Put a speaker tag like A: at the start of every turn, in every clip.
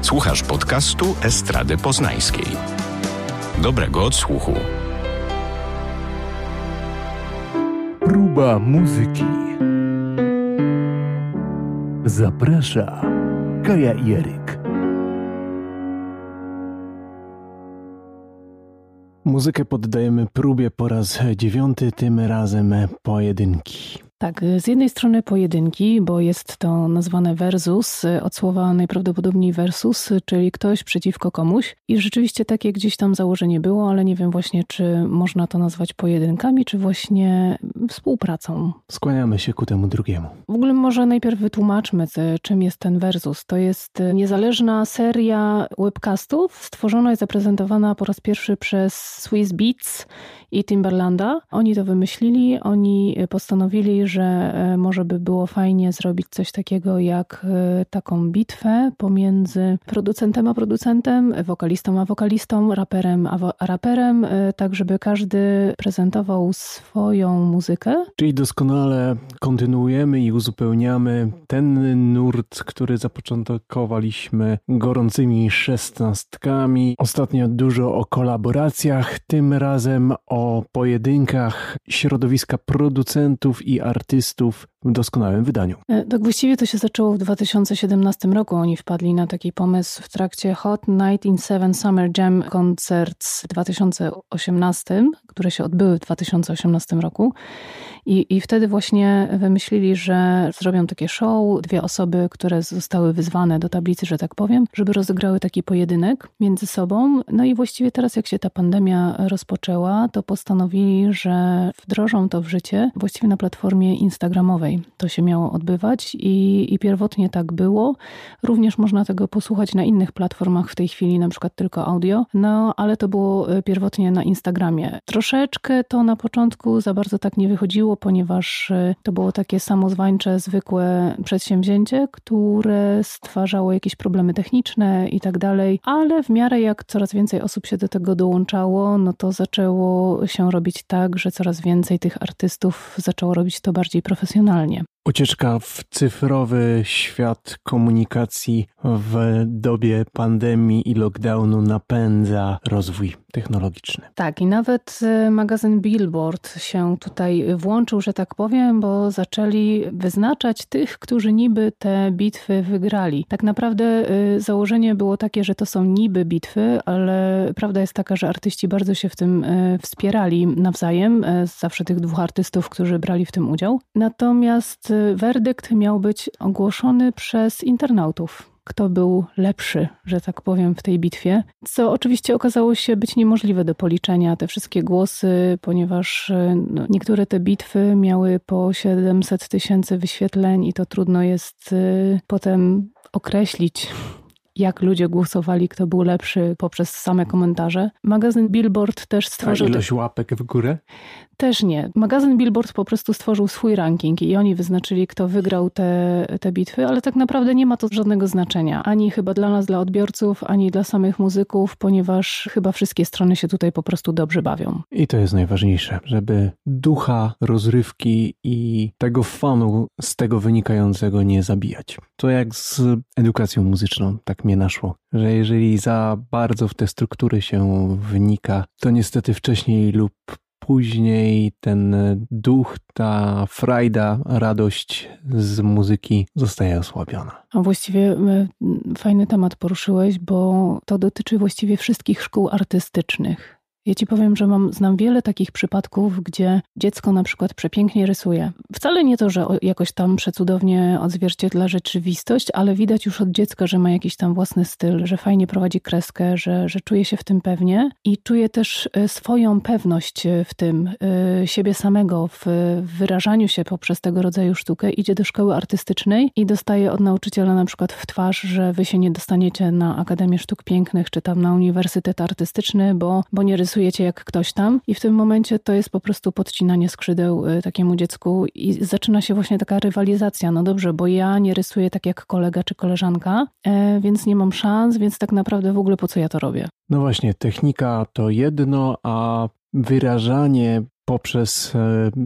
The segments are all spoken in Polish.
A: Słuchasz podcastu Estrady Poznańskiej. Dobrego odsłuchu.
B: Próba muzyki. Zaprasza Kaja i Eryk. Muzykę poddajemy próbie po raz 9, tym razem pojedynki.
C: Tak, z jednej strony pojedynki, bo jest to nazwane versus, od słowa najprawdopodobniej versus, czyli ktoś przeciwko komuś. I rzeczywiście takie gdzieś tam założenie było, ale nie wiem właśnie, czy można to nazwać pojedynkami, czy właśnie współpracą.
B: Skłaniamy się ku temu drugiemu.
C: W ogóle może najpierw wytłumaczmy, czym jest ten versus. To jest niezależna seria webcastów, stworzona i zaprezentowana po raz pierwszy przez Swizz Beatz i Timbalanda. Oni to wymyślili, oni postanowili, że może by było fajnie zrobić coś takiego jak taką bitwę pomiędzy producentem a producentem, wokalistą a wokalistą, raperem a raperem, tak żeby każdy prezentował swoją muzykę.
B: Czyli doskonale kontynuujemy i uzupełniamy ten nurt, który zapoczątkowaliśmy gorącymi szesnastkami. Ostatnio dużo o kolaboracjach, tym razem o pojedynkach środowiska producentów i artystów w doskonałym wydaniu.
C: Tak właściwie to się zaczęło w 2017 roku. Oni wpadli na taki pomysł w trakcie Hot 97 Summer Jam Concerts w 2018, które się odbyły w 2018 roku. I wtedy właśnie wymyślili, że zrobią takie show, 2 osoby, które zostały wyzwane do tablicy, że tak powiem, żeby rozegrały taki pojedynek między sobą. No i właściwie teraz, jak się ta pandemia rozpoczęła, to postanowili, że wdrożą to w życie właściwie na platformie instagramowej. To się miało odbywać i pierwotnie tak było. Również można tego posłuchać na innych platformach w tej chwili, na przykład tylko audio, no ale to było pierwotnie na Instagramie. Troszeczkę to na początku za bardzo tak nie wychodziło, ponieważ to było takie samozwańcze, zwykłe przedsięwzięcie, które stwarzało jakieś problemy techniczne i tak dalej, ale w miarę jak coraz więcej osób się do tego dołączało, no to zaczęło się robić tak, że coraz więcej tych artystów zaczęło robić to bardziej profesjonalnie.
B: Ucieczka w cyfrowy świat komunikacji w dobie pandemii i lockdownu napędza rozwój technologiczny.
C: Tak, i nawet magazyn Billboard się tutaj włączył, że tak powiem, bo zaczęli wyznaczać tych, którzy niby te bitwy wygrali. Tak naprawdę założenie było takie, że to są niby bitwy, ale prawda jest taka, że artyści bardzo się w tym wspierali nawzajem, zawsze tych 2 artystów, którzy brali w tym udział. Natomiast werdykt miał być ogłoszony przez internautów. Kto był lepszy, że tak powiem, w tej bitwie, co oczywiście okazało się być niemożliwe do policzenia, te wszystkie głosy, ponieważ niektóre te bitwy miały po 700 000 wyświetleń i to trudno jest potem określić, jak ludzie głosowali, kto był lepszy poprzez same komentarze. Magazyn Billboard też stworzył...
B: A ilość łapek w górę?
C: Też nie. Magazyn Billboard po prostu stworzył swój ranking i oni wyznaczyli, kto wygrał te bitwy, ale tak naprawdę nie ma to żadnego znaczenia. Ani chyba dla nas, dla odbiorców, ani dla samych muzyków, ponieważ chyba wszystkie strony się tutaj po prostu dobrze bawią.
B: I to jest najważniejsze, żeby ducha rozrywki i tego fanu z tego wynikającego nie zabijać. To jak z edukacją muzyczną, tak mnie naszło, że jeżeli za bardzo w te struktury się wnika, to niestety wcześniej lub później ten duch, ta frajda, radość z muzyki zostaje osłabiona.
C: A właściwie fajny temat poruszyłeś, bo to dotyczy właściwie wszystkich szkół artystycznych. Ja ci powiem, że znam wiele takich przypadków, gdzie dziecko na przykład przepięknie rysuje. Wcale nie to, że jakoś tam przecudownie odzwierciedla rzeczywistość, ale widać już od dziecka, że ma jakiś tam własny styl, że fajnie prowadzi kreskę, że czuje się w tym pewnie i czuje też swoją pewność w tym, siebie samego, w wyrażaniu się poprzez tego rodzaju sztukę. Idzie do szkoły artystycznej i dostaje od nauczyciela na przykład w twarz, że wy się nie dostaniecie na Akademię Sztuk Pięknych, czy tam na Uniwersytet Artystyczny, bo nie rysujecie jak ktoś tam i w tym momencie to jest po prostu podcinanie skrzydeł takiemu dziecku i zaczyna się właśnie taka rywalizacja. No dobrze, bo ja nie rysuję tak jak kolega czy koleżanka, więc nie mam szans, więc tak naprawdę w ogóle po co ja to robię?
B: No właśnie, technika to jedno, a wyrażanie poprzez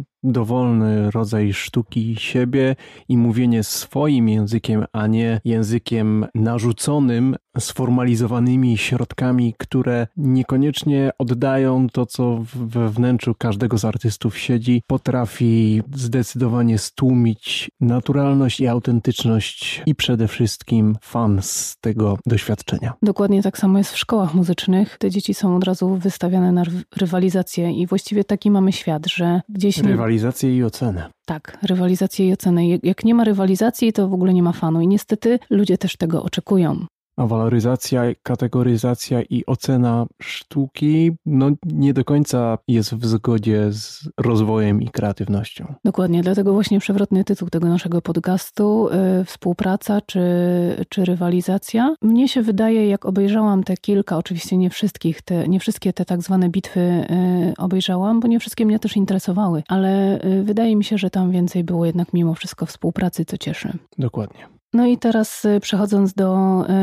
B: dowolny rodzaj sztuki siebie i mówienie swoim językiem, a nie językiem narzuconym sformalizowanymi środkami, które niekoniecznie oddają to, co we wnętrzu każdego z artystów siedzi, potrafi zdecydowanie stłumić naturalność i autentyczność i przede wszystkim fan z tego doświadczenia.
C: Dokładnie tak samo jest w szkołach muzycznych. Te dzieci są od razu wystawiane na rywalizację i właściwie taki mamy świat, że gdzieś...
B: Rywalizację i ocenę.
C: Tak, rywalizację i ocenę. Jak nie ma rywalizacji, to w ogóle nie ma fanu i niestety ludzie też tego oczekują.
B: A waloryzacja, kategoryzacja i ocena sztuki nie do końca jest w zgodzie z rozwojem i kreatywnością.
C: Dokładnie, dlatego właśnie przewrotny tytuł tego naszego podcastu, współpraca czy rywalizacja. Mnie się wydaje, jak obejrzałam te kilka, oczywiście nie wszystkie te tak zwane bitwy obejrzałam, bo nie wszystkie mnie też interesowały, ale wydaje mi się, że tam więcej było jednak mimo wszystko współpracy, co cieszy.
B: Dokładnie.
C: No i teraz przechodząc do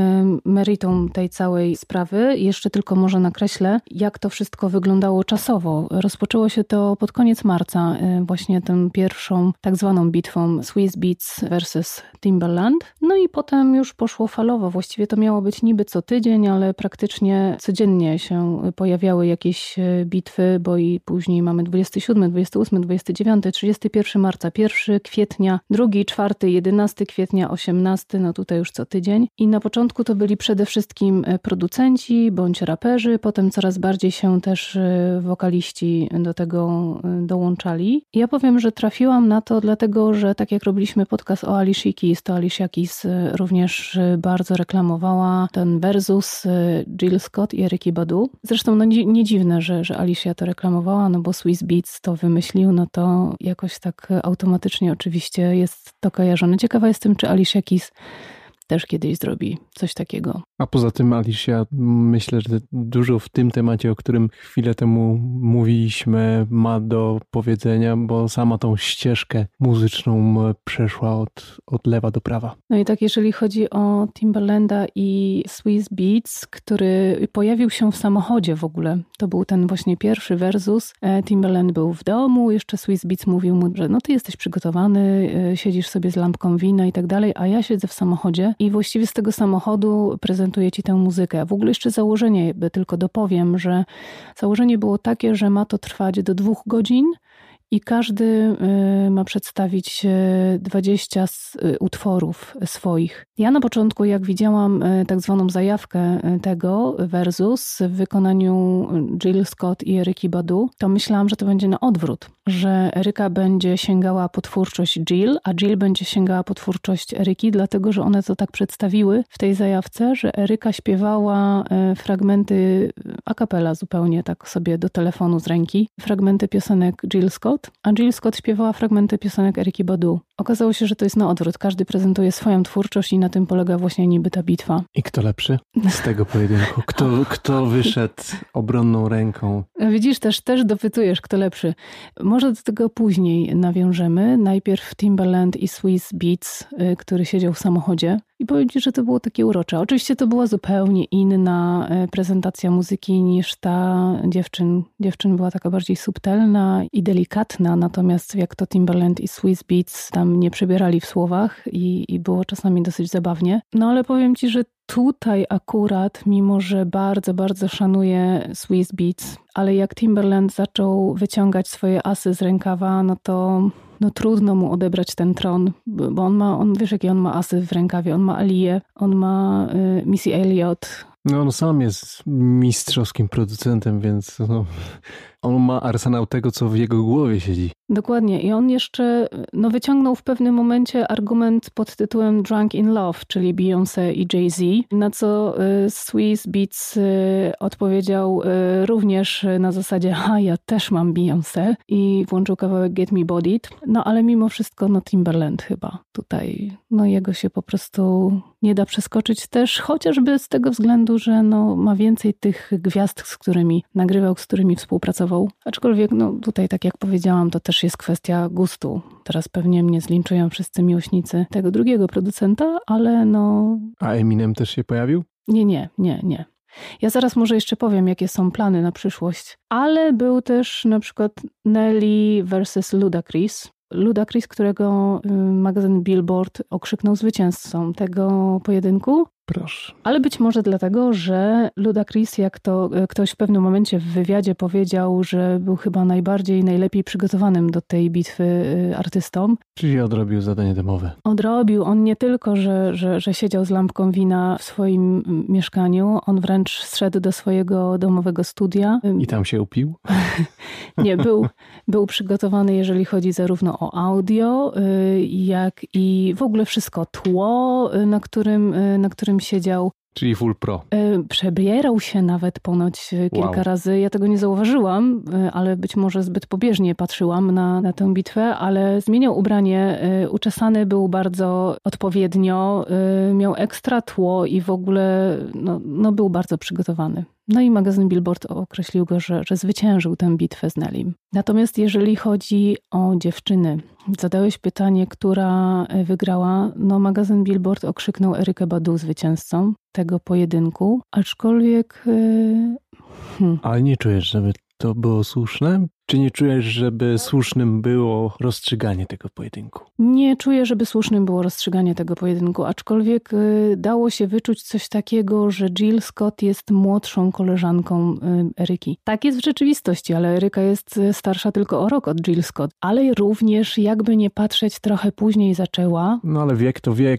C: meritum tej całej sprawy, jeszcze tylko może nakreślę, jak to wszystko wyglądało czasowo. Rozpoczęło się to pod koniec marca, właśnie tą pierwszą tak zwaną bitwą Swizz Beatz versus Timbaland. No i potem już poszło falowo. Właściwie to miało być niby co tydzień, ale praktycznie codziennie się pojawiały jakieś bitwy, bo i później mamy 27, 28, 29, 31 marca, 1 kwietnia, 2, 4, 11 kwietnia, 18, no tutaj już co tydzień. I na początku to byli przede wszystkim producenci bądź raperzy, potem coraz bardziej się też wokaliści do tego dołączali. Ja powiem, że trafiłam na to dlatego, że tak jak robiliśmy podcast o Alicia Keys, to Alicia Keys również bardzo reklamowała ten versus Jill Scott i Erykki Badu. Zresztą nie dziwne, że Alicia to reklamowała, no bo Swizz Beatz to wymyślił, no to jakoś tak automatycznie oczywiście jest to kojarzone. Ciekawa jestem, czy Alicia Keys też kiedyś zrobi coś takiego.
B: A poza tym Alicia, myślę, że dużo w tym temacie, o którym chwilę temu mówiliśmy, ma do powiedzenia, bo sama tą ścieżkę muzyczną przeszła od lewa do prawa.
C: No i tak, jeżeli chodzi o Timbalanda i Swizz Beatz, który pojawił się w samochodzie w ogóle, to był ten właśnie pierwszy versus. Timbaland był w domu, jeszcze Swizz Beatz mówił mu, że no ty jesteś przygotowany, siedzisz sobie z lampką wina i tak dalej, a ja siedzę w samochodzie i właściwie z tego samochodu prezentuję ci tę muzykę. W ogóle jeszcze założenie, tylko dopowiem, że założenie było takie, że ma to trwać do 2 godzin i każdy ma przedstawić 20 utworów swoich. Ja na początku, jak widziałam tak zwaną zajawkę tego versus w wykonaniu Jill Scott i Erykki Badu, to myślałam, że to będzie na odwrót, że Eryka będzie sięgała po twórczość Jill, a Jill będzie sięgała po twórczość Erykki, dlatego, że one to tak przedstawiły w tej zajawce, że Eryka śpiewała fragmenty a cappella zupełnie, tak sobie do telefonu z ręki, fragmenty piosenek Jill Scott, a Jill Scott śpiewała fragmenty piosenek Erykki Badu. Okazało się, że to jest na odwrót. Każdy prezentuje swoją twórczość i na tym polega właśnie niby ta bitwa.
B: I kto lepszy z tego pojedynku? Kto wyszedł obronną ręką?
C: Widzisz, też dopytujesz, kto lepszy. Może do tego później nawiążemy. Najpierw Timbaland i Swizz Beatz, który siedział w samochodzie. I powiem ci, że to było takie urocze. Oczywiście to była zupełnie inna prezentacja muzyki niż ta dziewczyn. Dziewczyn była taka bardziej subtelna i delikatna, natomiast jak to Timbaland i Swizz Beatz tam nie przebierali w słowach i było czasami dosyć zabawnie. No ale powiem ci, że tutaj akurat, mimo że bardzo, bardzo szanuję Swizz Beatz, ale jak Timbaland zaczął wyciągać swoje asy z rękawa, no to trudno mu odebrać ten tron, bo on wiesz, jakie on ma asy w rękawie. On ma Alię, on ma Missy Elliott.
B: No on sam jest mistrzowskim producentem, więc on ma arsenał tego, co w jego głowie siedzi.
C: Dokładnie. I on jeszcze wyciągnął w pewnym momencie argument pod tytułem Drunk in Love, czyli Beyoncé i Jay-Z, na co Swizz Beatz odpowiedział również na zasadzie ja też mam Beyoncé i włączył kawałek Get Me Bodied. No ale mimo wszystko Timbaland chyba tutaj, jego się po prostu nie da przeskoczyć też, chociażby z tego względu, że ma więcej tych gwiazd, z którymi nagrywał, z którymi współpracował. Aczkolwiek tutaj, tak jak powiedziałam, to też jest kwestia gustu. Teraz pewnie mnie zlinczują wszyscy miłośnicy tego drugiego producenta, ale
B: A Eminem też się pojawił?
C: Nie. Ja zaraz może jeszcze powiem, jakie są plany na przyszłość. Ale był też na przykład Nelly versus Ludacris. Ludacris, którego magazyn Billboard okrzyknął zwycięzcą tego pojedynku.
B: Proszę.
C: Ale być może dlatego, że Ludacris, jak to ktoś w pewnym momencie w wywiadzie powiedział, że był chyba najlepiej przygotowanym do tej bitwy artystą.
B: Czyli odrobił zadanie domowe.
C: Odrobił. On nie tylko, że siedział z lampką wina w swoim mieszkaniu, on wręcz zszedł do swojego domowego studia.
B: I tam się upił?
C: Nie, był przygotowany, jeżeli chodzi zarówno o audio, jak i w ogóle wszystko tło, na którym siedział.
B: Czyli full pro.
C: Przebierał się nawet ponoć kilka razy. Ja tego nie zauważyłam, ale być może zbyt pobieżnie patrzyłam na tę bitwę, ale zmieniał ubranie, uczesany był bardzo odpowiednio, miał ekstra tło i w ogóle no był bardzo przygotowany. No i magazyn Billboard określił go, że zwyciężył tę bitwę z Nellym. Natomiast jeżeli chodzi o dziewczyny, zadałeś pytanie, która wygrała. No magazyn Billboard okrzyknął Erykkę Badu zwycięzcą tego pojedynku, aczkolwiek...
B: Ale nie czujesz, żeby to było słuszne? Czy nie czujesz, żeby słusznym było rozstrzyganie tego pojedynku?
C: Nie czuję, żeby słusznym było rozstrzyganie tego pojedynku, aczkolwiek dało się wyczuć coś takiego, że Jill Scott jest młodszą koleżanką Eryki. Tak jest w rzeczywistości, ale Eryka jest starsza tylko o rok od Jill Scott. Ale również, jakby nie patrzeć, trochę później zaczęła.
B: No ale wiek to wiek.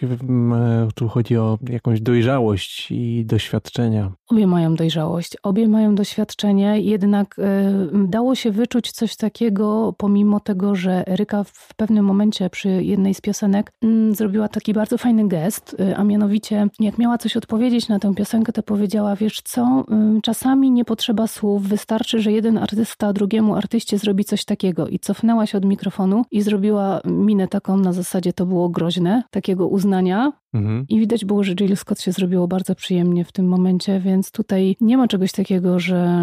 B: Tu chodzi o jakąś dojrzałość i doświadczenia.
C: Obie mają dojrzałość, obie mają doświadczenie, jednak dało się wyczuć coś takiego, pomimo tego, że Eryka w pewnym momencie przy jednej z piosenek zrobiła taki bardzo fajny gest, a mianowicie jak miała coś odpowiedzieć na tę piosenkę, to powiedziała, wiesz co, czasami nie potrzeba słów, wystarczy, że jeden artysta drugiemu artyście zrobi coś takiego i cofnęła się od mikrofonu i zrobiła minę taką na zasadzie to było groźne, takiego uznania. I widać było, że Jill Scott się zrobiło bardzo przyjemnie w tym momencie, więc tutaj nie ma czegoś takiego,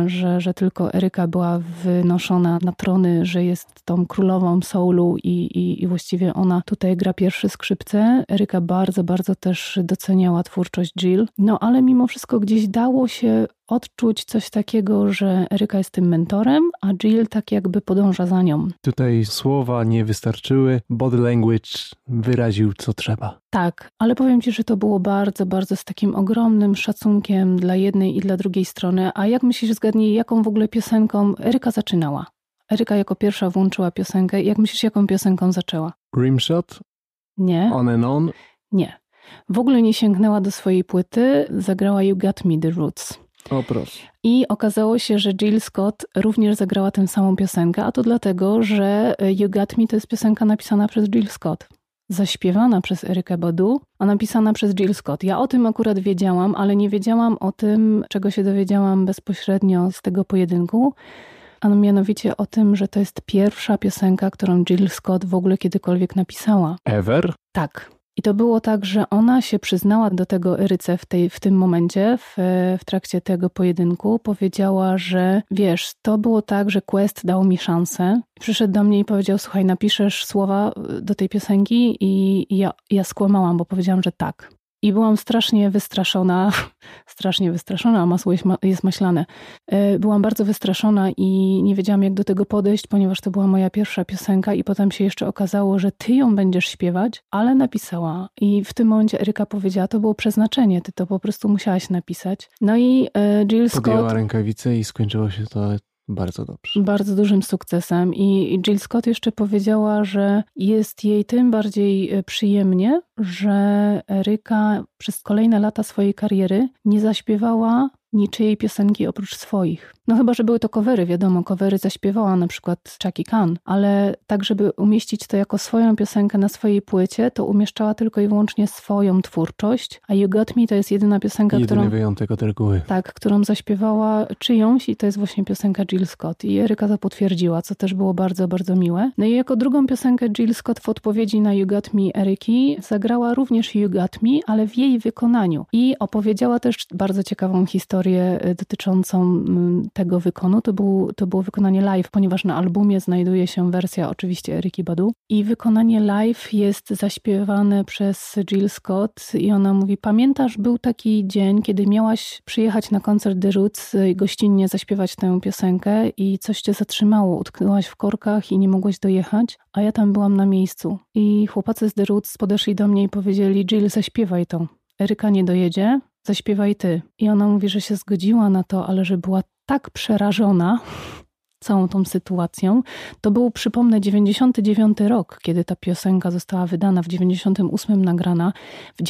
C: że tylko Eryka była wynoszona na trony, że jest tą królową soulu i właściwie ona tutaj gra pierwsze skrzypce. Eryka bardzo, bardzo też doceniała twórczość Jill. No ale mimo wszystko gdzieś dało się odczuć coś takiego, że Eryka jest tym mentorem, a Jill tak jakby podąża za nią.
B: Tutaj słowa nie wystarczyły, body language wyraził co trzeba.
C: Tak, ale powiem ci, że to było bardzo, bardzo z takim ogromnym szacunkiem dla jednej i dla drugiej strony. A jak myślisz, zgadnij, jaką w ogóle piosenką Eryka zaczynała? Eryka jako pierwsza włączyła piosenkę. Jak myślisz, jaką piosenką zaczęła?
B: Rimshot?
C: Nie.
B: On and On?
C: Nie. W ogóle nie sięgnęła do swojej płyty, zagrała You Got Me, The Roots.
B: O proszę.
C: I okazało się, że Jill Scott również zagrała tę samą piosenkę, a to dlatego, że You Got Me to jest piosenka napisana przez Jill Scott. Zaśpiewana przez Erykę Badu, a napisana przez Jill Scott. Ja o tym akurat wiedziałam, ale nie wiedziałam o tym, czego się dowiedziałam bezpośrednio z tego pojedynku, a mianowicie o tym, że to jest pierwsza piosenka, którą Jill Scott w ogóle kiedykolwiek napisała.
B: Ever?
C: Tak. I to było tak, że ona się przyznała do tego Eryce w tym momencie, w trakcie tego pojedynku. Powiedziała, że wiesz, to było tak, że Quest dał mi szansę. Przyszedł do mnie i powiedział, słuchaj, napiszesz słowa do tej piosenki i ja skłamałam, bo powiedziałam, że tak. I byłam strasznie wystraszona, a masło jest maślane. Byłam bardzo wystraszona i nie wiedziałam, jak do tego podejść, ponieważ to była moja pierwsza piosenka i potem się jeszcze okazało, że ty ją będziesz śpiewać, ale napisała. I w tym momencie Eryka powiedziała, to było przeznaczenie, ty to po prostu musiałaś napisać. No i Jill Scott...
B: Podjęła rękawice i skończyło się to bardzo dobrze.
C: Bardzo dużym sukcesem. I Jill Scott jeszcze powiedziała, że jest jej tym bardziej przyjemnie, że Eryka przez kolejne lata swojej kariery nie zaśpiewała niczyjej piosenki oprócz swoich. No chyba, że były to covery, wiadomo, covery zaśpiewała na przykład Chaka Khan, ale tak, żeby umieścić to jako swoją piosenkę na swojej płycie, to umieszczała tylko i wyłącznie swoją twórczość, a You Got Me to jest jedyna piosenka,
B: jedyny wyjątek od reguły.
C: Tak, którą zaśpiewała czyjąś i to jest właśnie piosenka Jill Scott. I Eryka to potwierdziła, co też było bardzo, bardzo miłe. No i jako drugą piosenkę Jill Scott w odpowiedzi na You Got Me Eryki zagrała również You Got Me, ale w jej wykonaniu. I opowiedziała też bardzo ciekawą historię dotyczącą tego wykonu. To było wykonanie live, ponieważ na albumie znajduje się wersja oczywiście Eryki Badu. I wykonanie live jest zaśpiewane przez Jill Scott i ona mówi, pamiętasz, był taki dzień, kiedy miałaś przyjechać na koncert The Roots i gościnnie zaśpiewać tę piosenkę i coś cię zatrzymało, utknęłaś w korkach i nie mogłaś dojechać, a ja tam byłam na miejscu. I chłopacy z The Roots podeszli do mnie i powiedzieli, Jill, zaśpiewaj to. Eryka nie dojedzie, zaśpiewaj ty. I ona mówi, że się zgodziła na to, ale że była tak przerażona całą tą sytuacją. To był, przypomnę, 99 rok, kiedy ta piosenka została wydana, w 98 nagrana. W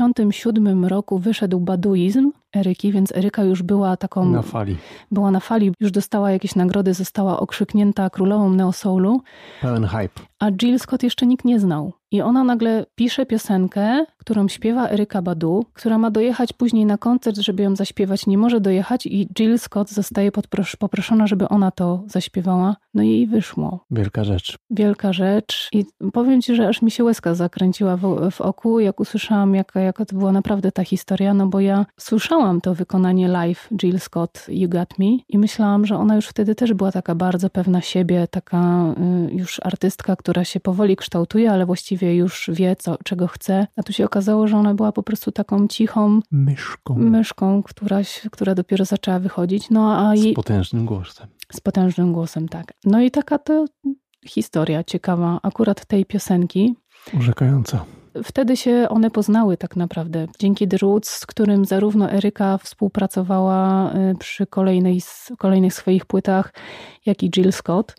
C: 97 roku wyszedł Baduizm Eryki, więc Eryka już była taką...
B: Na fali.
C: Była na fali, już dostała jakieś nagrody, została okrzyknięta królową neosoulu.
B: Pełen hype.
C: A Jill Scott jeszcze nikt nie znał. I ona nagle pisze piosenkę, którą śpiewa Eryka Badu, która ma dojechać później na koncert, żeby ją zaśpiewać. Nie może dojechać i Jill Scott zostaje poproszona, żeby ona to zaśpiewała. No i jej wyszło.
B: Wielka rzecz.
C: Wielka rzecz. I powiem ci, że aż mi się łezka zakręciła w oku, jak usłyszałam, jaka to była naprawdę ta historia, no bo ja słyszałam to wykonanie live Jill Scott, You Got Me, i myślałam, że ona już wtedy też była taka bardzo pewna siebie, taka już artystka, która się powoli kształtuje, ale właściwie już wie, czego chce. A tu się okazało, że ona była po prostu taką cichą myszką, która dopiero zaczęła wychodzić. No,
B: z potężnym głosem.
C: Z potężnym głosem, tak. No i taka to historia ciekawa akurat tej piosenki.
B: Urzekająca.
C: Wtedy się one poznały tak naprawdę. Dzięki The Roots, z którym zarówno Eryka współpracowała przy kolejnych swoich płytach, jak i Jill Scott.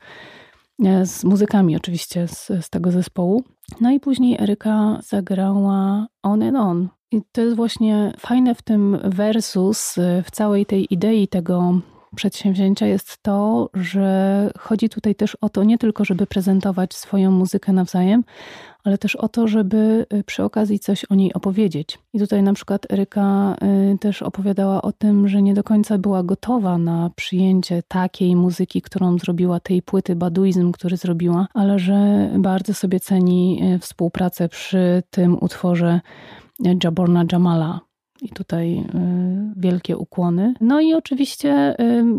C: Z muzykami oczywiście z tego zespołu. No i później Eryka zagrała On and On. I to jest właśnie fajne w tym versus, w całej tej idei tego przedsięwzięcia jest to, że chodzi tutaj też o to nie tylko, żeby prezentować swoją muzykę nawzajem, ale też o to, żeby przy okazji coś o niej opowiedzieć. I tutaj na przykład Eryka też opowiadała o tym, że nie do końca była gotowa na przyjęcie takiej muzyki, którą zrobiła, tej płyty Baduizm, który zrobiła, ale że bardzo sobie ceni współpracę przy tym utworze Jaborna Jamala. I tutaj wielkie ukłony. No i oczywiście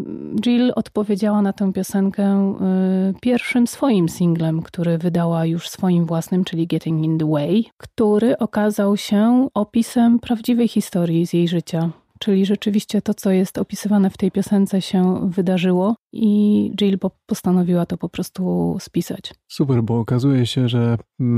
C: Jill odpowiedziała na tę piosenkę pierwszym swoim singlem, który wydała już swoim własnym, czyli Getting in the Way, który okazał się opisem prawdziwej historii z jej życia. Czyli rzeczywiście to, co jest opisywane w tej piosence, się wydarzyło i Jill postanowiła to po prostu spisać.
B: Super, bo okazuje się, że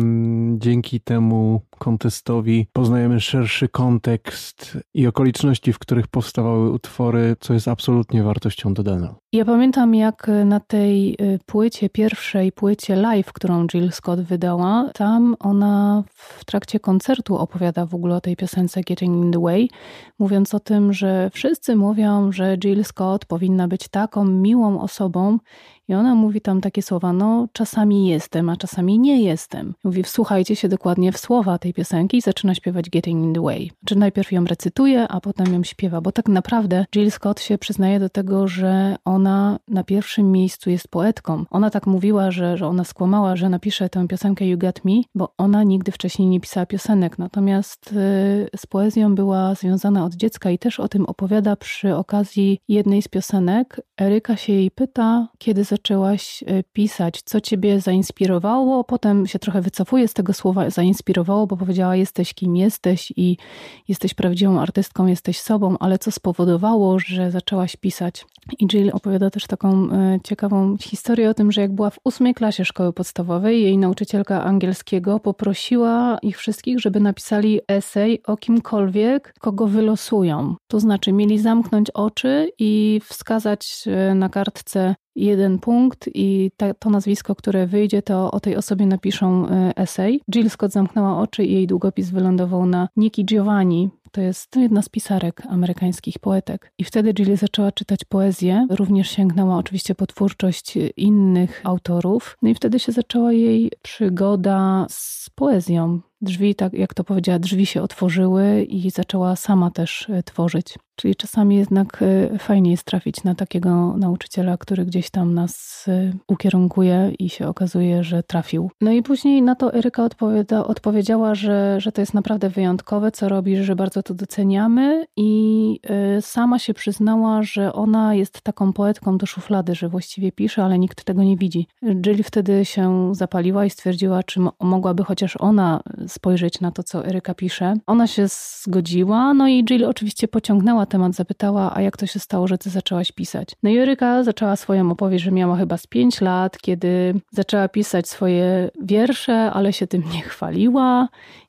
B: dzięki temu kontestowi poznajemy szerszy kontekst i okoliczności, w których powstawały utwory, co jest absolutnie wartością dodaną.
C: Ja pamiętam, jak na tej pierwszej płycie live, którą Jill Scott wydała, tam ona w trakcie koncertu opowiada w ogóle o tej piosence Getting in the Way, mówiąc o tym, że wszyscy mówią, że Jill Scott powinna być taką miłą osobą i ona mówi tam takie słowa, no czasami jestem, a czasami nie jestem. Mówi, wsłuchajcie się dokładnie w słowa tej piosenki i zaczyna śpiewać Getting in the Way. Czy najpierw ją recytuje, a potem ją śpiewa, bo tak naprawdę Jill Scott się przyznaje do tego, że ona na pierwszym miejscu jest poetką. Ona tak mówiła, że ona skłamała, że napisze tę piosenkę You Got Me, bo ona nigdy wcześniej nie pisała piosenek. Natomiast z poezją była związana od dziecka i też o tym opowiada przy okazji jednej z piosenek. Eryka się jej pyta, kiedy zaczęłaś pisać, co ciebie zainspirowało. Potem się trochę wycofuje z tego słowa zainspirowało, bo powiedziała, jesteś kim jesteś i jesteś prawdziwą artystką, jesteś sobą, ale co spowodowało, że zaczęłaś pisać. I Jill opowiada też taką ciekawą historię o tym, że jak była w 8 klasie szkoły podstawowej, jej nauczycielka angielskiego poprosiła ich wszystkich, żeby napisali esej o kimkolwiek, kogo wylosują. To znaczy mieli zamknąć oczy i wskazać na kartce jeden punkt i to nazwisko, które wyjdzie, to o tej osobie napiszą esej. Jill Scott zamknęła oczy i jej długopis wylądował na Nikki Giovanni. To jest jedna z pisarek amerykańskich poetek. I wtedy Jill zaczęła czytać poezję. Również sięgnęła oczywiście po twórczość innych autorów. No i wtedy się zaczęła jej przygoda z poezją. Drzwi, tak jak to powiedziała, drzwi się otworzyły i zaczęła sama też tworzyć. Czyli czasami jednak fajnie jest trafić na takiego nauczyciela, który gdzieś tam nas ukierunkuje i się okazuje, że trafił. No i później na to Eryka odpowiedziała, że to jest naprawdę wyjątkowe, co robisz, że bardzo to doceniamy i sama się przyznała, że ona jest taką poetką do szuflady, że właściwie pisze, ale nikt tego nie widzi. Jill wtedy się zapaliła i stwierdziła, czy mogłaby chociaż ona spojrzeć na to, co Eryka pisze. Ona się zgodziła, no i Jill oczywiście pociągnęła temat, zapytała, a jak to się stało, że ty zaczęłaś pisać? No i Eryka zaczęła swoją opowieść, że miała chyba z 5 lat, kiedy zaczęła pisać swoje wiersze, ale się tym nie chwaliła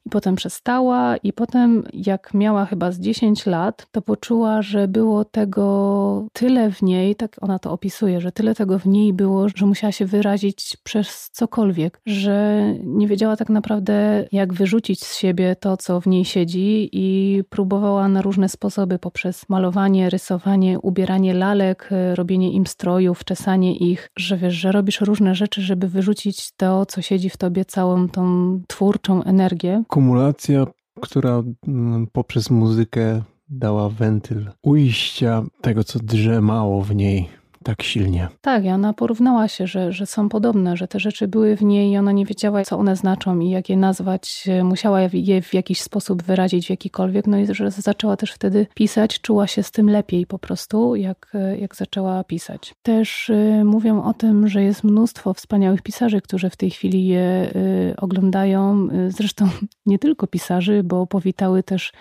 C: i potem przestała i potem jak miała chyba z 10 lat, to poczuła, że było tego tyle w niej, tak ona to opisuje, że tyle tego w niej było, że musiała się wyrazić przez cokolwiek, że nie wiedziała tak naprawdę jak wyrzucić z siebie to, co w niej siedzi i próbowała na różne sposoby poprzez malowanie, rysowanie, ubieranie lalek, robienie im strojów, czesanie ich, że wiesz, że robisz różne rzeczy, żeby wyrzucić to, co siedzi w tobie, całą tą twórczą energię.
B: Kumulacja, która poprzez muzykę dała wentyl ujścia tego, co drzemało w niej tak silnie.
C: Tak, i ona porównała się, że są podobne, że te rzeczy były w niej i ona nie wiedziała, co one znaczą i jak je nazwać. Musiała je w jakiś sposób wyrazić, w jakikolwiek. No i że zaczęła też wtedy pisać, czuła się z tym lepiej po prostu, jak zaczęła pisać. Też mówią o tym, że jest mnóstwo wspaniałych pisarzy, którzy w tej chwili je oglądają. Zresztą nie tylko pisarzy, bo powitały też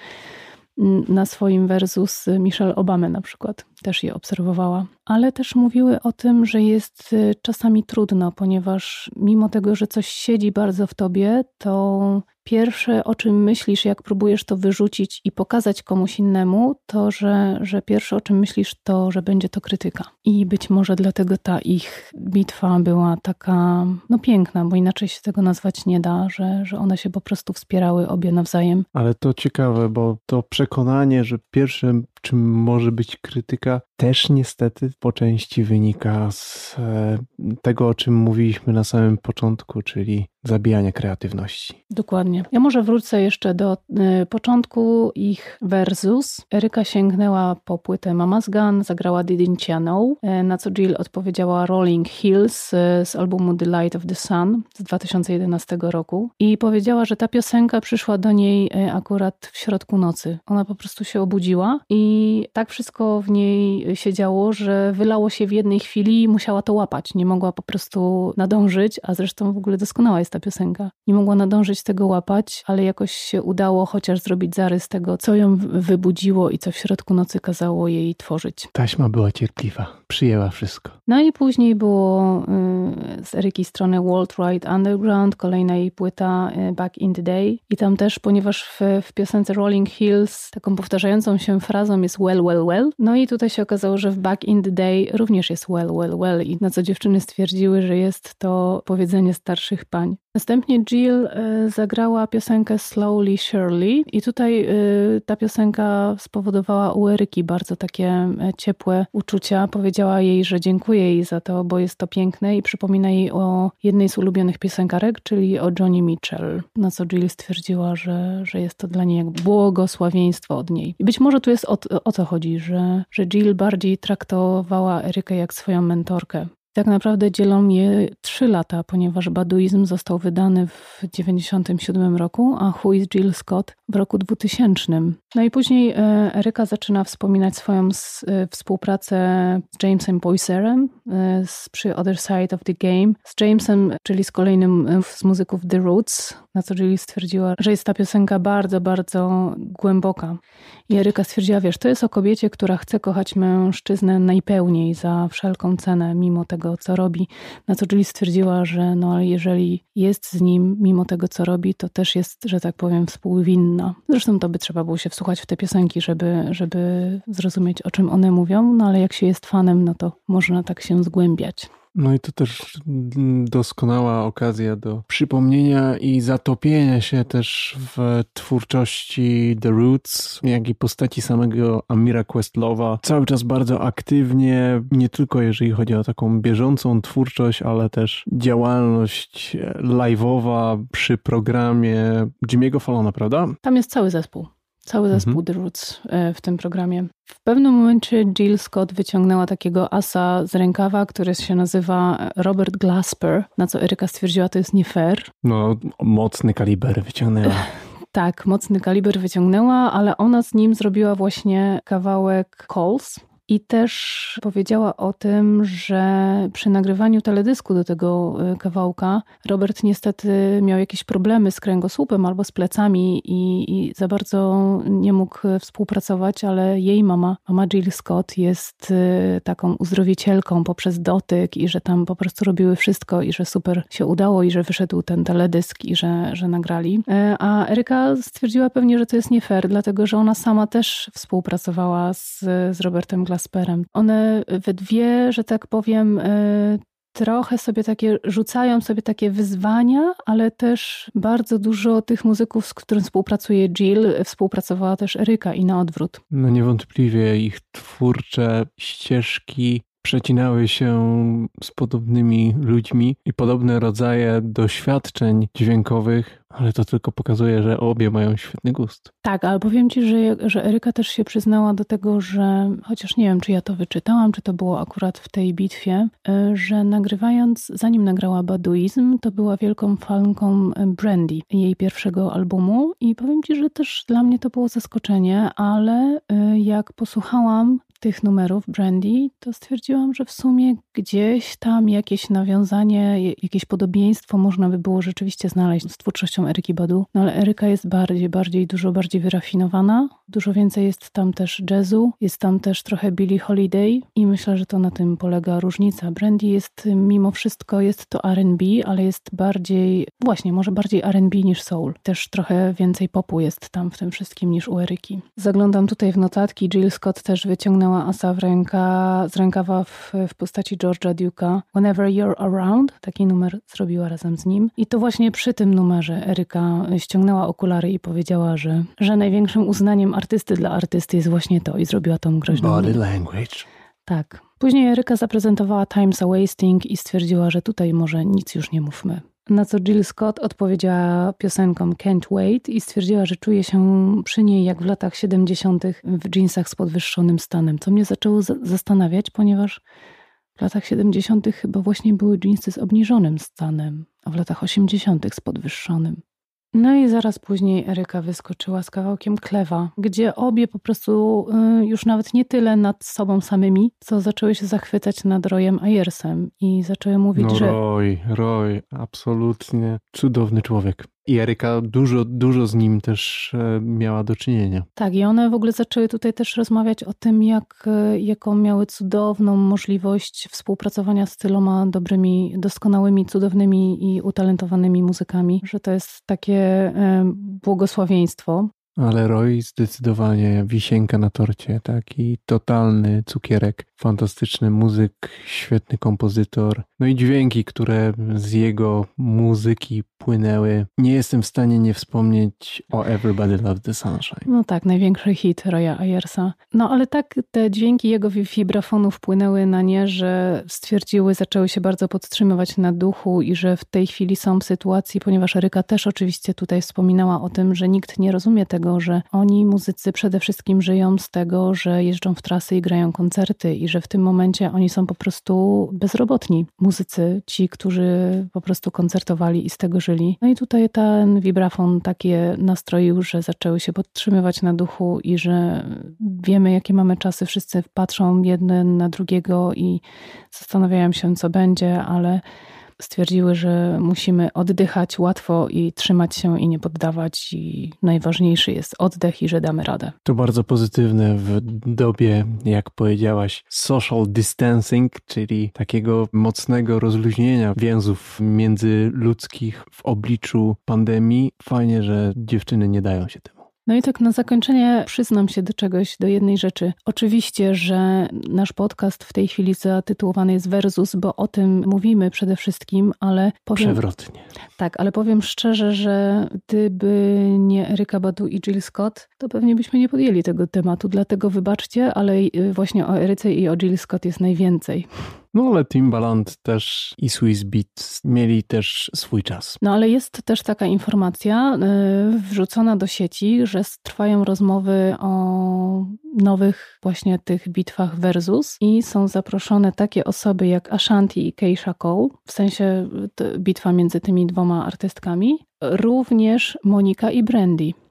C: na swoim versus Michelle Obamę na przykład. Też je obserwowała. Ale też mówiły o tym, że jest czasami trudno, ponieważ mimo tego, że coś siedzi bardzo w tobie, to pierwsze, o czym myślisz, jak próbujesz to wyrzucić i pokazać komuś innemu, to, że pierwsze, o czym myślisz, to, że będzie to krytyka. I być może dlatego ta ich bitwa była taka, piękna, bo inaczej się tego nazwać nie da, że one się po prostu wspierały obie nawzajem.
B: Ale to ciekawe, bo to przekonanie, że pierwszym, czym może być krytyka, też niestety po części wynika z tego, o czym mówiliśmy na samym początku, czyli zabijania kreatywności.
C: Dokładnie. Ja może wrócę jeszcze do początku ich versus. Eryka sięgnęła po płytę Mama's Gun, zagrała Didn't Ya Know, na co Jill odpowiedziała Rolling Hills z albumu The Light of the Sun z 2011 roku i powiedziała, że ta piosenka przyszła do niej akurat w środku nocy. Ona po prostu się obudziła i tak wszystko w niej się działo, że wylało się w jednej chwili i musiała to łapać. Nie mogła po prostu nadążyć, a zresztą w ogóle doskonała jest ta piosenka. Nie mogła nadążyć tego łapać, ale jakoś się udało chociaż zrobić zarys tego, co ją wybudziło i co w środku nocy kazało jej tworzyć.
B: Taśma była cierpliwa, przyjęła wszystko.
C: No i później było z Eryki strony World Ride Underground, kolejna jej płyta Back in the Day i tam też, ponieważ w piosence Rolling Hills taką powtarzającą się frazą jest well, well, well. No i tutaj się okazało, że w Back in the Day również jest well, well, well i na co dziewczyny stwierdziły, że jest to powiedzenie starszych pań. Następnie Jill zagrała piosenkę Slowly Surely i tutaj ta piosenka spowodowała u Eryki bardzo takie ciepłe uczucia. Powiedziała jej, że dziękuję jej za to, bo jest to piękne i przypomina jej o jednej z ulubionych piosenkarek, czyli o Joni Mitchell. Na co Jill stwierdziła, że jest to dla niej jak błogosławieństwo od niej. I być może tu jest o to chodzi, że Jill bardziej traktowała Erykę jak swoją mentorkę. Tak naprawdę dzielą je 3 lata, ponieważ Baduizm został wydany w 1997 roku, a Who is Jill Scott w roku 2000. No i później Eryka zaczyna wspominać swoją współpracę z Jamesem Boycerem przy Other Side of the Game. Z Jamesem, czyli z kolejnym z muzyków The Roots, na co Jill stwierdziła, że jest ta piosenka bardzo, bardzo głęboka. I Eryka stwierdziła, wiesz, to jest o kobiecie, która chce kochać mężczyznę najpełniej za wszelką cenę, mimo tego, co robi. Na co Jill stwierdziła, że jeżeli jest z nim, mimo tego, co robi, to też jest, że tak powiem, współwinna. Zresztą to by trzeba było się wsłuchać w te piosenki, żeby zrozumieć, o czym one mówią, no ale jak się jest fanem, no to można tak się zgłębiać.
B: No i to też doskonała okazja do przypomnienia i zatopienia się też w twórczości The Roots, jak i postaci samego Amira Questlowa. Cały czas bardzo aktywnie, nie tylko jeżeli chodzi o taką bieżącą twórczość, ale też działalność live'owa przy programie Jimmy'ego Fallona, prawda?
C: Tam jest cały zespół. Cały zespół The Roots w tym programie. W pewnym momencie Jill Scott wyciągnęła takiego asa z rękawa, który się nazywa Robert Glasper, na co Eryka stwierdziła, to jest nie fair.
B: No, mocny kaliber wyciągnęła.
C: Tak, mocny kaliber wyciągnęła, ale ona z nim zrobiła właśnie kawałek Calls. I też powiedziała o tym, że przy nagrywaniu teledysku do tego kawałka Robert niestety miał jakieś problemy z kręgosłupem albo z plecami i za bardzo nie mógł współpracować, ale jej mama Jill Scott jest taką uzdrowicielką poprzez dotyk i że tam po prostu robiły wszystko i że super się udało i że wyszedł ten teledysk i że nagrali. A Eryka stwierdziła pewnie, że to jest nie fair, dlatego że ona sama też współpracowała z Robertem Glasperem. One we dwie, że tak powiem, trochę sobie rzucają sobie takie wyzwania, ale też bardzo dużo tych muzyków, z którym współpracuje Jill, współpracowała też Eryka i na odwrót.
B: No niewątpliwie ich twórcze ścieżki przecinały się z podobnymi ludźmi i podobne rodzaje doświadczeń dźwiękowych, ale to tylko pokazuje, że obie mają świetny gust.
C: Tak, ale powiem Ci, że Eryka też się przyznała do tego, że chociaż nie wiem, czy ja to wyczytałam, czy to było akurat w tej bitwie, że nagrywając, zanim nagrała Baduizm, to była wielką fanką Brandy, jej pierwszego albumu i powiem Ci, że też dla mnie to było zaskoczenie, ale jak posłuchałam tych numerów Brandy, to stwierdziłam, że w sumie gdzieś tam jakieś nawiązanie, jakieś podobieństwo można by było rzeczywiście znaleźć z twórczością Eryki Badu. No ale Eryka jest dużo bardziej wyrafinowana. Dużo więcej jest tam też jazzu, jest tam też trochę Billie Holiday i myślę, że to na tym polega różnica. Brandy jest mimo wszystko, jest to R&B, ale jest bardziej, właśnie może bardziej R&B niż soul. Też trochę więcej popu jest tam w tym wszystkim niż u Eryki. Zaglądam tutaj w notatki. Jill Scott też wyciągnęła asa z rękawa w postaci George'a Duke'a. Whenever You're Around, taki numer zrobiła razem z nim. I to właśnie przy tym numerze Eryka ściągnęła okulary i powiedziała, że największym uznaniem artysty dla artysty jest właśnie to i zrobiła tą groźną
B: Body language.
C: Tak. Później Eryka zaprezentowała Time's a Wasting i stwierdziła, że tutaj może nic już nie mówmy. Na co Jill Scott odpowiedziała piosenką Can't Wait i stwierdziła, że czuje się przy niej jak w latach 70. w dżinsach z podwyższonym stanem. Co mnie zaczęło zastanawiać, ponieważ w latach 70. chyba właśnie były dżinsy z obniżonym stanem, a w latach 80. z podwyższonym. No i zaraz później Eryka wyskoczyła z kawałkiem Clewa, gdzie obie po prostu już nawet nie tyle nad sobą samymi, co zaczęły się zachwycać nad Royem Ayersem i zaczęły mówić, że...
B: Roy, absolutnie cudowny człowiek. I Eryka dużo z nim też miała do czynienia.
C: Tak, i one w ogóle zaczęły tutaj też rozmawiać o tym, jaką miały cudowną możliwość współpracowania z tyloma dobrymi, doskonałymi, cudownymi i utalentowanymi muzykami, że to jest takie błogosławieństwo.
B: Ale Roy zdecydowanie wisienka na torcie, taki totalny cukierek, fantastyczny muzyk, świetny kompozytor. No i dźwięki, które z jego muzyki płynęły. Nie jestem w stanie nie wspomnieć o Everybody Loves the Sunshine.
C: No tak, największy hit Roya Ayersa. No ale tak te dźwięki jego wibrafonów wpłynęły na nie, że zaczęły się bardzo podtrzymywać na duchu i że w tej chwili są w sytuacji, ponieważ Eryka też oczywiście tutaj wspominała o tym, że nikt nie rozumie tego, że oni muzycy przede wszystkim żyją z tego, że jeżdżą w trasy i grają koncerty i że w tym momencie oni są po prostu bezrobotni. Muzycy, ci, którzy po prostu koncertowali i z tego żyli. No i tutaj ten vibrafon takie nastroił, że zaczęły się podtrzymywać na duchu i że wiemy, jakie mamy czasy. Wszyscy patrzą jeden na drugiego i zastanawiają się, co będzie, ale stwierdziły, że musimy oddychać łatwo i trzymać się i nie poddawać i najważniejszy jest oddech i że damy radę.
B: To bardzo pozytywne w dobie, jak powiedziałaś, social distancing, czyli takiego mocnego rozluźnienia więzów międzyludzkich w obliczu pandemii. Fajnie, że dziewczyny nie dają się temu.
C: No i tak na zakończenie przyznam się do czegoś, do jednej rzeczy. Oczywiście, że nasz podcast w tej chwili zatytułowany jest Versus, bo o tym mówimy przede wszystkim, ale powiem...
B: Przewrotnie.
C: Tak, ale powiem szczerze, że gdyby nie Eryka Badu i Jill Scott, to pewnie byśmy nie podjęli tego tematu, dlatego wybaczcie, ale właśnie o Eryce i o Jill Scott jest najwięcej.
B: No ale Timbaland też i Swizz Beatz mieli też swój czas.
C: No ale jest też taka informacja wrzucona do sieci, że trwają rozmowy o nowych właśnie tych bitwach Versus i są zaproszone takie osoby jak Ashanti i Keisha Cole, w sensie bitwa między tymi dwoma artystkami, również Monika i Brandy.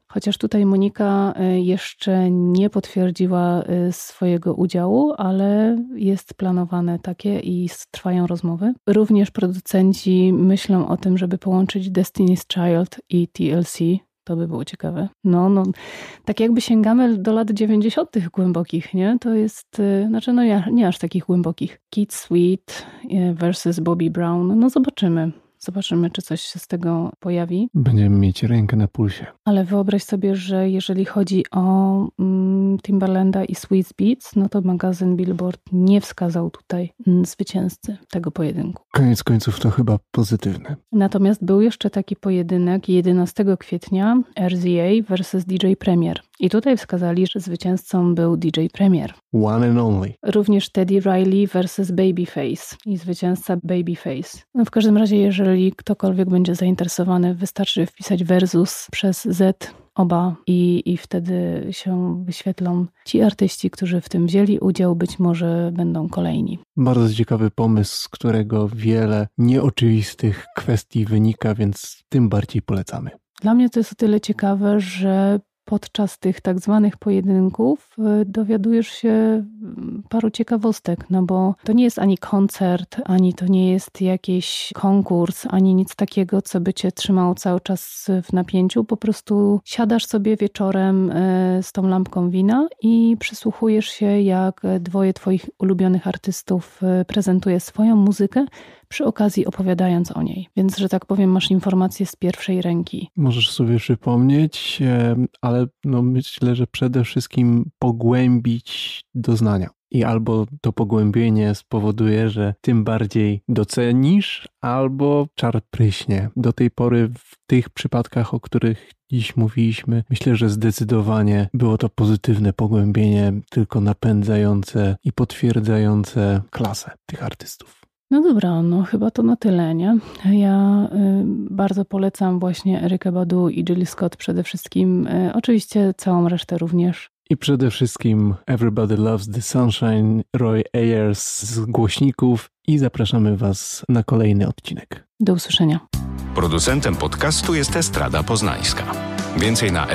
C: Chociaż tutaj Monika jeszcze nie potwierdziła swojego udziału, ale jest planowane takie i trwają rozmowy. Również producenci myślą o tym, żeby połączyć Destiny's Child i TLC. To by było ciekawe. No, tak jakby sięgamy do lat 90. głębokich, nie? To jest, nie aż takich głębokich. Kid Sweet versus Bobby Brown. No zobaczymy. Zobaczymy, czy coś się z tego pojawi.
B: Będziemy mieć rękę na pulsie.
C: Ale wyobraź sobie, że jeżeli chodzi o Timbalanda i Swizz Beatz, no to magazyn Billboard nie wskazał tutaj zwycięzcy tego pojedynku.
B: Koniec końców to chyba pozytywne.
C: Natomiast był jeszcze taki pojedynek 11 kwietnia RZA versus DJ Premier. I tutaj wskazali, że zwycięzcą był DJ Premier.
B: One and only.
C: Również Teddy Riley versus Babyface i zwycięzca Babyface. No w każdym razie, jeżeli ktokolwiek będzie zainteresowany, wystarczy wpisać versus przez Z oba i wtedy się wyświetlą ci artyści, którzy w tym wzięli udział, być może będą kolejni.
B: Bardzo ciekawy pomysł, z którego wiele nieoczywistych kwestii wynika, więc tym bardziej polecamy.
C: Dla mnie to jest o tyle ciekawe, że podczas tych tak zwanych pojedynków dowiadujesz się paru ciekawostek, no bo to nie jest ani koncert, ani to nie jest jakiś konkurs, ani nic takiego, co by cię trzymało cały czas w napięciu. Po prostu siadasz sobie wieczorem z tą lampką wina i przysłuchujesz się, jak dwoje twoich ulubionych artystów prezentuje swoją muzykę, przy okazji opowiadając o niej. Więc, że tak powiem, masz informacje z pierwszej ręki.
B: Możesz sobie przypomnieć, ale myślę, że przede wszystkim pogłębić doznania. I albo to pogłębienie spowoduje, że tym bardziej docenisz, albo czar pryśnie. Do tej pory w tych przypadkach, o których dziś mówiliśmy, myślę, że zdecydowanie było to pozytywne pogłębienie, tylko napędzające i potwierdzające klasę tych artystów.
C: No dobra, chyba to na tyle, nie? Ja bardzo polecam właśnie Erykę Badu i Jill Scott przede wszystkim. Oczywiście całą resztę również.
B: I przede wszystkim Everybody Loves the Sunshine, Roy Ayers z głośników i zapraszamy Was na kolejny odcinek.
C: Do usłyszenia.
A: Producentem podcastu jest Estrada Poznańska. Więcej na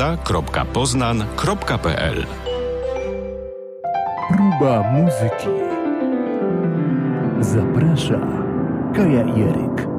A: estrada.poznan.pl.
D: Próba muzyki. Zaprasza Kaja i Eryk.